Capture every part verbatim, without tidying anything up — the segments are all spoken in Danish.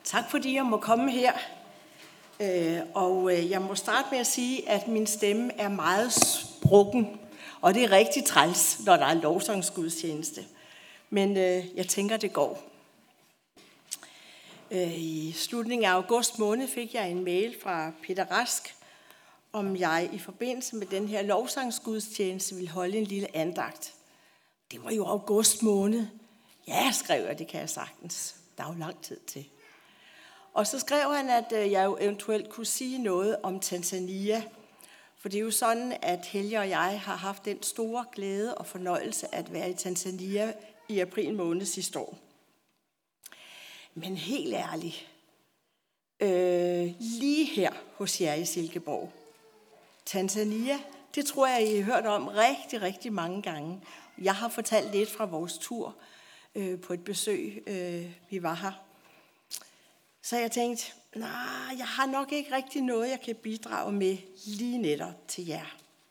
Tak fordi jeg må komme her. Og jeg må starte med at sige, at min stemme er meget sprukken. Og det er rigtig træls, når der er lovsangsgudstjeneste. Men jeg tænker, det går. I slutningen af august måned fik jeg en mail fra Peter Rask, om jeg i forbindelse med den her lovsangsgudstjeneste ville holde en lille andagt. Det var jo august måned. Ja, skrev jeg, det kan jeg sagtens. Der er jo lang tid til. Og så skrev han, at jeg jo eventuelt kunne sige noget om Tanzania. For det er jo sådan, at Helge og jeg har haft den store glæde og fornøjelse at være i Tanzania i april måned sidste år. Men helt ærligt, øh, lige her hos jer i Silkeborg, Tanzania, det tror jeg, I har hørt om rigtig, rigtig mange gange. Jeg har fortalt lidt fra vores tur øh, på et besøg, øh, vi var her. Så jeg tænkte, nej, jeg har nok ikke rigtig noget, jeg kan bidrage med lige netop til jer.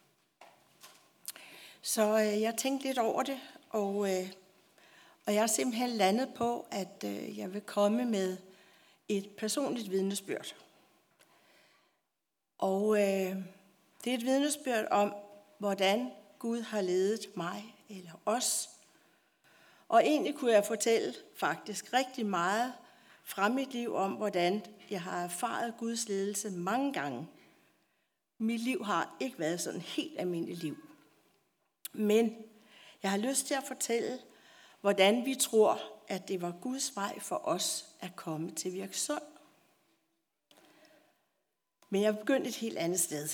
Så øh, jeg tænkte lidt over det, og, øh, og jeg er simpelthen landet på, at øh, jeg vil komme med et personligt vidnesbyrd. Og øh, det er et vidnesbyrd om, hvordan Gud har ledet mig eller os. Og egentlig kunne jeg fortælle faktisk rigtig meget fra mit liv om, hvordan jeg har erfaret Guds ledelse mange gange. Mit liv har ikke været sådan helt almindeligt liv. Men jeg har lyst til at fortælle, hvordan vi tror, at det var Guds vej for os at komme til Virksund. Men jeg er begyndt et helt andet sted.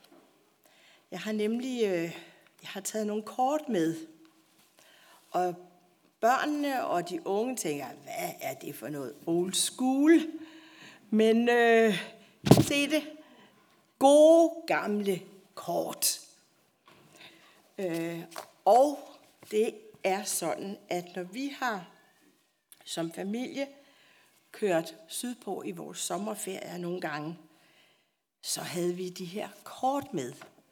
Jeg har nemlig øh, jeg har taget nogle kort med, og børnene og de unge tænker, hvad er det for noget old school? Men øh, se det, gode gamle kort. Øh, og det er sådan, at når vi har som familie kørt sydpå i vores sommerferie nogle gange, så havde vi de her kort med.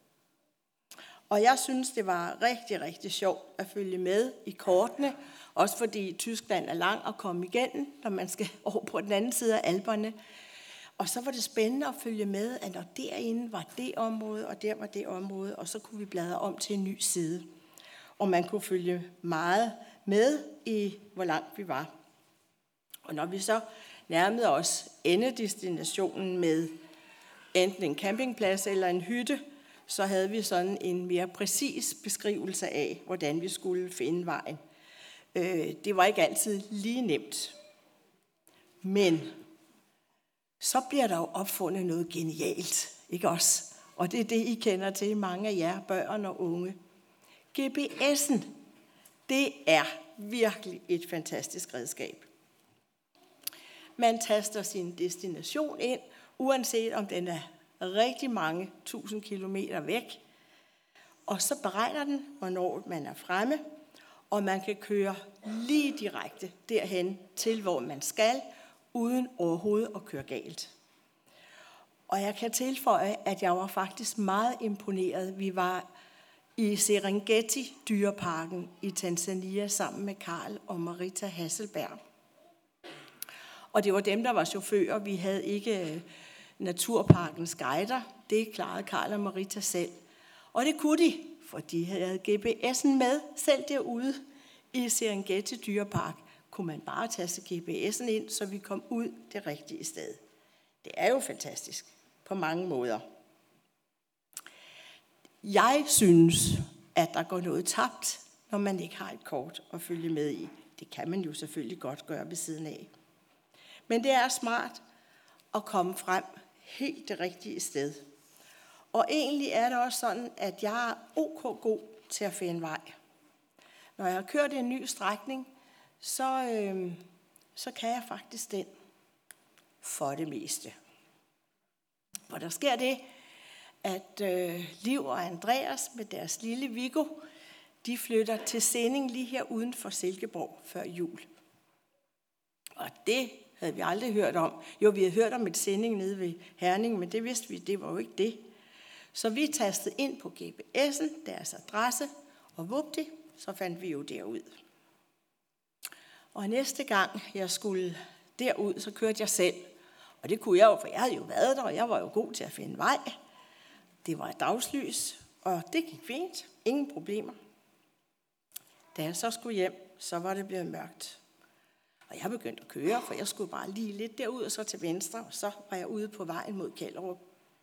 Og jeg synes, det var rigtig, rigtig sjovt at følge med i kortene, også fordi Tyskland er lang at komme igennem, når man skal over på den anden side af Alperne. Og så var det spændende at følge med, at når derinde var det område, og der var det område, og så kunne vi bladre om til en ny side. Og man kunne følge meget med i, hvor langt vi var. Og når vi så nærmede os endedestinationen med enten en campingplads eller en hytte, så havde vi sådan en mere præcis beskrivelse af, hvordan vi skulle finde vejen. Det var ikke altid lige nemt. Men så bliver der jo opfundet noget genialt, ikke også? Og det er det, I kender til, mange af jer børn og unge. G P S'en, det er virkelig et fantastisk redskab. Man taster sin destination ind, uanset om den er rigtig mange tusind kilometer væk. Og så beregner den, hvornår man er fremme, og man kan køre lige direkte derhen til, hvor man skal, uden overhovedet at køre galt. Og jeg kan tilføje, at jeg var faktisk meget imponeret. Vi var i Serengeti-dyreparken i Tanzania sammen med Karl og Marita Hasselberg. Og det var dem, der var chauffører. Vi havde ikke naturparkens guider. Det klarede Karl og Marita selv. Og det kunne de, for de havde G P S'en med. Selv derude i Serengeti dyrepark kunne man bare taste G P S'en ind, så vi kom ud det rigtige sted. Det er jo fantastisk på mange måder. Jeg synes, at der går noget tabt, når man ikke har et kort at følge med i. Det kan man jo selvfølgelig godt gøre ved siden af. Men det er smart at komme frem helt det rigtige sted. Og egentlig er det også sådan, at jeg er ok god til at finde vej. Når jeg har kørt en ny strækning, så, øh, så kan jeg faktisk den for det meste. For der sker det, at øh, Liv og Andreas med deres lille Viggo, de flytter til Sinding lige her uden for Silkeborg før jul. Og det havde vi aldrig hørt om. Jo, vi havde hørt om et Sinding nede ved Herning, men det vidste vi, det var jo ikke det. Så vi tastede ind på G P S'en, deres adresse, og vupti, så fandt vi jo derud. Og næste gang jeg skulle derud, så kørte jeg selv. Og det kunne jeg jo, for jeg havde jo været der, og jeg var jo god til at finde vej. Det var et dagslys, og det gik fint. Ingen problemer. Da jeg så skulle hjem, så var det blevet mørkt. Og jeg begyndte at køre, for jeg skulle bare lige lidt derud og så til venstre, og så var jeg ude på vejen mod Kjellerup.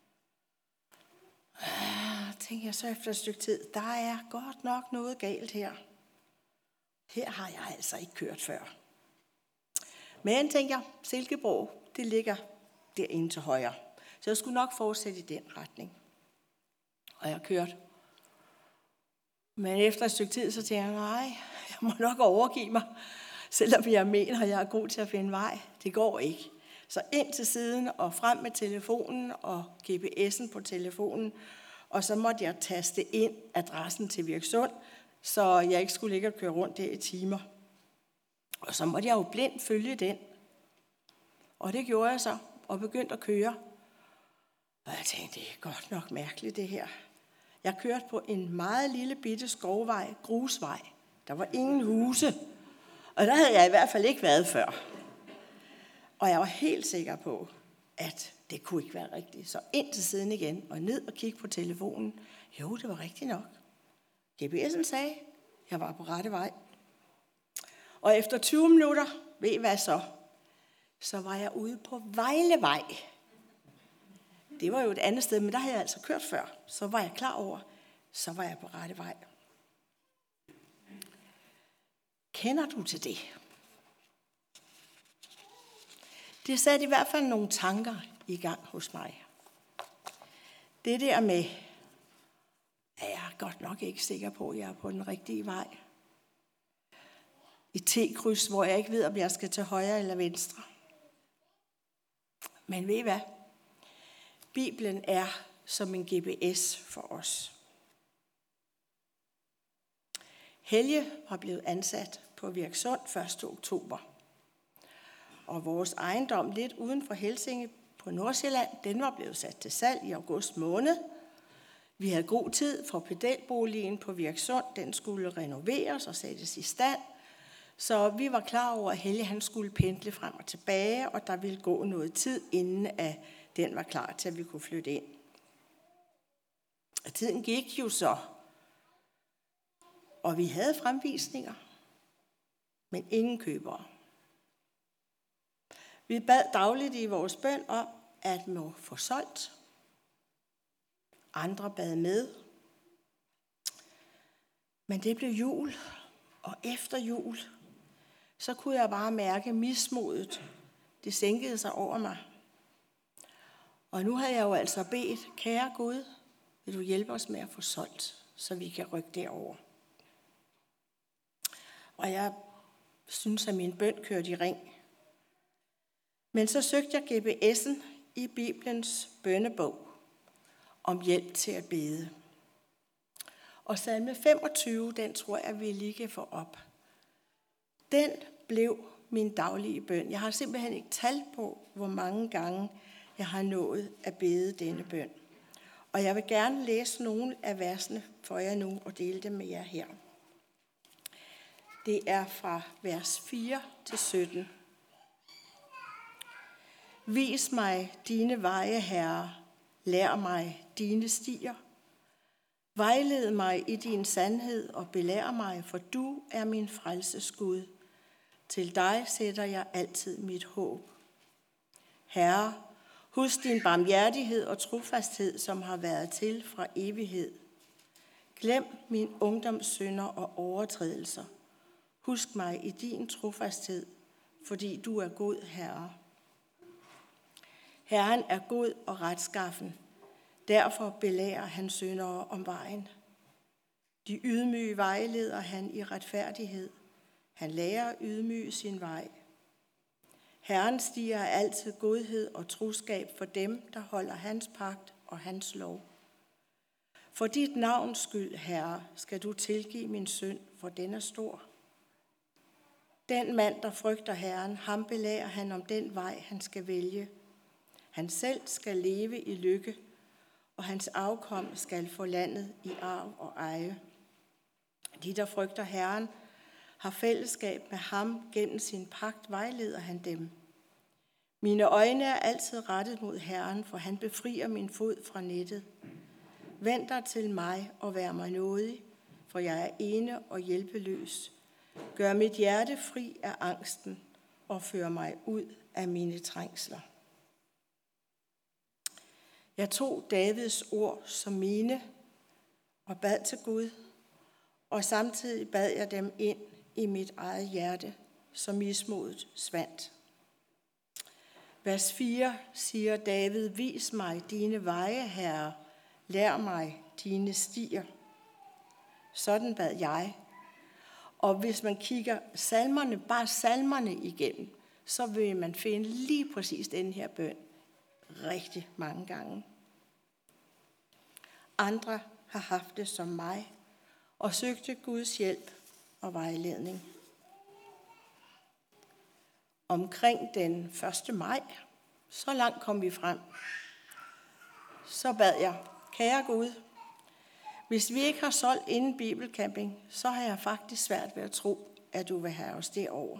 Ah, tænkte jeg så efter et stykke tid, der er godt nok noget galt her. Her har jeg altså ikke kørt før. Men tænker jeg, Silkeborg, det ligger derinde til højre. Så jeg skulle nok fortsætte i den retning. Og jeg kørte. Men efter et stykke tid, så tænkte jeg, nej, jeg må nok overgive mig. Selvom jeg mener, at jeg er god til at finde vej. Det går ikke. Så ind til siden og frem med telefonen og G P S'en på telefonen. Og så måtte jeg taste ind adressen til Virksund, så jeg ikke skulle ligge og køre rundt der i timer. Og så måtte jeg jo blindt følge den. Og det gjorde jeg så, og begyndte at køre. Og jeg tænkte, det er godt nok mærkeligt det her. Jeg kørte på en meget lille bitte skovvej, grusvej. Der var ingen huse. Og der havde jeg i hvert fald ikke været før. Og jeg var helt sikker på, at det kunne ikke være rigtigt. Så ind til siden igen, og ned og kigge på telefonen. Jo, det var rigtigt nok. G P S'en sagde, at jeg var på rette vej. Og efter tyve minutter, ved I hvad så? Så var jeg ude på Vejlevej. Det var jo et andet sted, men der havde jeg altså kørt før. Så var jeg klar over, så var jeg på rette vej. Kender du til det? Det satte i hvert fald nogle tanker i gang hos mig. Det der med, at jeg er godt nok ikke sikker på, at jeg er på den rigtige vej. I T-kryds, hvor jeg ikke ved, om jeg skal til højre eller venstre. Men ved I hvad? Bibelen er som en G P S for os. Helge var blevet ansat på Virksund første oktober. Og vores ejendom lidt uden for Helsinge på Nordsjælland, den var blevet sat til salg i august måned. Vi havde god tid, for pedelboligen på Virksund, den skulle renoveres og sættes i stand. Så vi var klar over, at Helge han skulle pendle frem og tilbage, og der ville gå noget tid, inden at den var klar til, at vi kunne flytte ind. Og tiden gik jo så, og vi havde fremvisninger, men ingen købere. Vi bad dagligt i vores bøn om, at må få solgt. Andre bad med. Men det blev jul, og efter jul, så kunne jeg bare mærke mismodet. Det sænkede sig over mig. Og nu havde jeg jo altså bedt, kære Gud, vil du hjælpe os med at få solgt, så vi kan rykke derover. Og jeg synes, at min bøn kørte i ring. Men så søgte jeg G P S'en i Bibelens bønnebog om hjælp til at bede. Og salme femogtyve, den tror jeg, vi lige kan få op. Den blev min daglige bøn. Jeg har simpelthen ikke tal på, hvor mange gange jeg har nået at bede denne bøn. Og jeg vil gerne læse nogle af versene for jer nu og dele dem med jer her. Det er fra vers fire til sytten. Vis mig dine veje, Herre. Lær mig dine stier. Vejled mig i din sandhed og belær mig, for du er min frelsesgud. Til dig sætter jeg altid mit håb. Herre, husk din barmhjertighed og trofasthed, som har været til fra evighed. Glem min ungdoms synder og overtrædelser. Husk mig i din trofasthed, fordi du er god, Herre. Herren er god og retskaffen. Derfor belærer han syndere om vejen. De ydmyge vejleder han i retfærdighed. Han lærer ydmyge sin vej. Herren stiger altid godhed og troskab for dem, der holder hans pagt og hans lov. For dit navns skyld, Herre, skal du tilgive min synd, for den er stor. Den mand, der frygter Herren, ham belærer han om den vej, han skal vælge. Han selv skal leve i lykke, og hans afkom skal få landet i arv og eje. De, der frygter Herren, har fællesskab med ham gennem sin pagt, vejleder han dem. Mine øjne er altid rettet mod Herren, for han befrier min fod fra nettet. Vend dig til mig og vær mig nådig, for jeg er ene og hjælpeløs. Gør mit hjerte fri af angsten og før mig ud af mine trængsler. Jeg tog Davids ord som mine og bad til Gud, og samtidig bad jeg dem ind i mit eget hjerte, så mismodet svandt. Vers fire siger David, vis mig dine veje, Herre, lær mig dine stier. Sådan bad jeg. Og hvis man kigger salmerne, bare salmerne igennem, så vil man finde lige præcis den her bøn rigtig mange gange. Andre har haft det som mig og søgte Guds hjælp og vejledning. Omkring den første maj, så langt kom vi frem, så bad jeg, kære Gud, hvis vi ikke har solgt inden bibelcamping, så har jeg faktisk svært ved at tro, at du vil have os derover.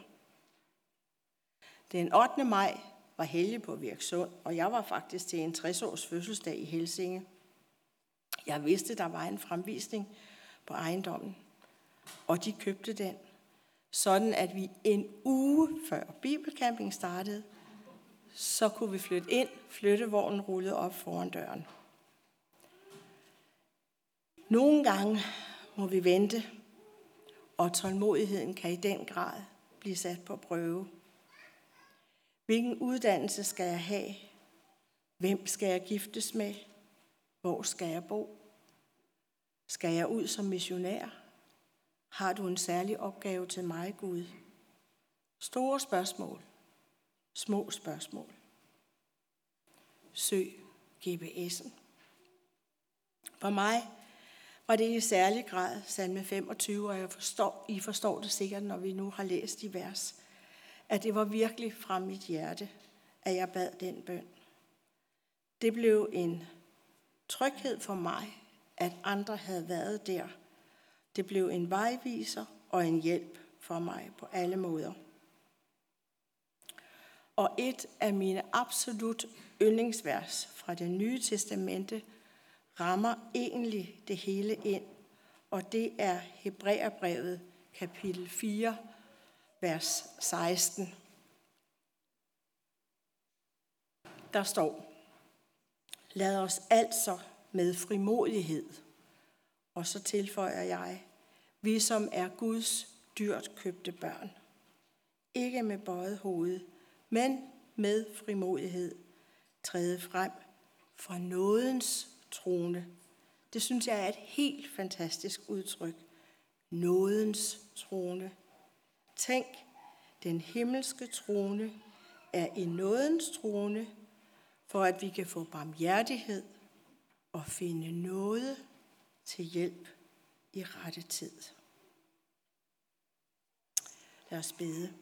Den ottende maj var hellig på Virksund, og jeg var faktisk til en tres års fødselsdag i Helsinge. Jeg vidste, der var en fremvisning på ejendommen, og de købte den, sådan at vi en uge før bibelcamping startede, så kunne vi flytte ind, flyttevognen rullede op foran døren. Nogle gange må vi vente, og tålmodigheden kan i den grad blive sat på prøve. Hvilken uddannelse skal jeg have? Hvem skal jeg giftes med? Hvor skal jeg bo? Skal jeg ud som missionær? Har du en særlig opgave til mig, Gud? Store spørgsmål. Små spørgsmål. Søg G P S'en. For mig var det i særlig grad salme femogtyve, og jeg forstår, I forstår det sikkert, når vi nu har læst de vers, at det var virkelig fra mit hjerte, at jeg bad den bøn. Det blev en tryghed for mig, at andre havde været der. Det blev en vejviser og en hjælp for mig på alle måder. Og et af mine absolut yndlingsvers fra det nye testamente rammer egentlig det hele ind, og det er Hebræerbrevet kapitel fire, vers seksten. Der står, lad os altså med frimodighed, og så tilføjer jeg, vi som er Guds dyrt købte børn, ikke med bøjet hoved, men med frimodighed, træde frem for nådens trone. Det synes jeg er et helt fantastisk udtryk. Nådens trone. Tænk, den himmelske trone er i nådens trone, for at vi kan få barmhjertighed og finde nåde til hjælp i rette tid. Lad os bede.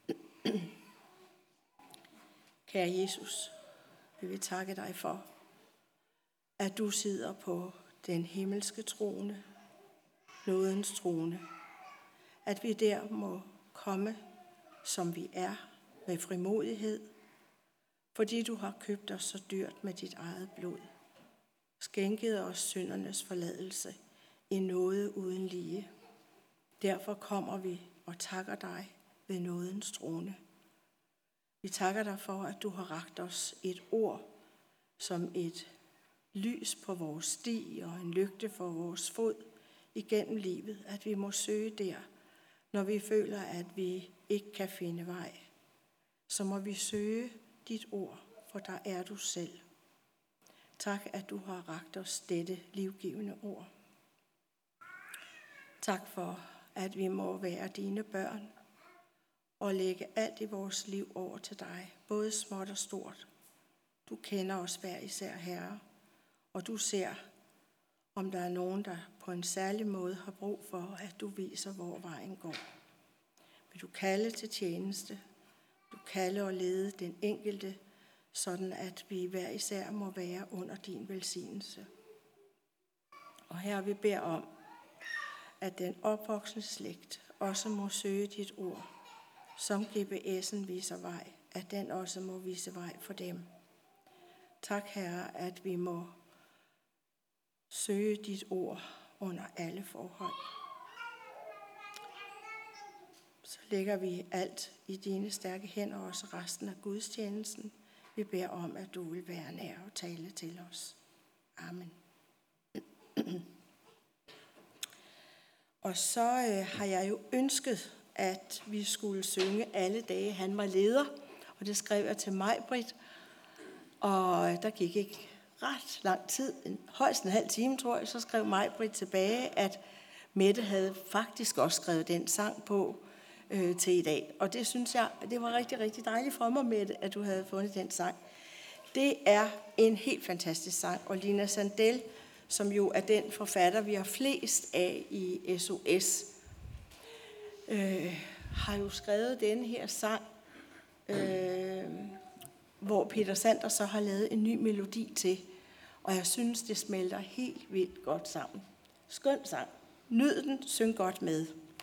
Kære Jesus, vil vi takke dig for, at du sidder på den himmelske trone, nådens trone, at vi der må komme, som vi er, med frimodighed, fordi du har købt os så dyrt med dit eget blod, skænket os syndernes forladelse i nåde uden lige. Derfor kommer vi og takker dig ved nådens trone. Vi takker dig for, at du har rakt os et ord som et lys på vores sti og en lygte for vores fod igennem livet, at vi må søge der, når vi føler, at vi ikke kan finde vej. Så må vi søge dit ord, for der er du selv. Tak, at du har rakt os dette livgivende ord. Tak for, at vi må være dine børn og lægge alt i vores liv over til dig, både småt og stort. Du kender os hver især, Herre, og du ser, om der er nogen, der på en særlig måde har brug for, at du viser, hvor vejen går. Vil du kalde til tjeneste, du kalde og lede den enkelte, sådan at vi hver især må være under din velsignelse. Og Herre, vi beder om, at den opvoksende slægt også må søge dit ord, som G P S'en viser vej, at den også må vise vej for dem. Tak, Herre, at vi må søge dit ord under alle forhold. Så lægger vi alt i dine stærke hænder, også resten af gudstjenesten. Vi beder om, at du vil være nær og tale til os. Amen. Og så øh, har jeg jo ønsket, at vi skulle synge alle dage, han var leder. Og det skrev jeg til Maj-Britt. Og der gik ikke ret lang tid, en, højst en halv time, tror jeg, så skrev Maj-Britt tilbage, at Mette havde faktisk også skrevet den sang på øh, til i dag. Og det synes jeg, det var rigtig, rigtig dejligt for mig, Mette, at du havde fundet den sang. Det er en helt fantastisk sang, og Lina Sandel, som jo er den forfatter, vi har flest af i S O S, øh, har jo skrevet denne her sang, øh, hvor Peter Sander så har lavet en ny melodi til. Og jeg synes, det smelter helt vildt godt sammen. Skøn sang. Nyd den, syng godt med.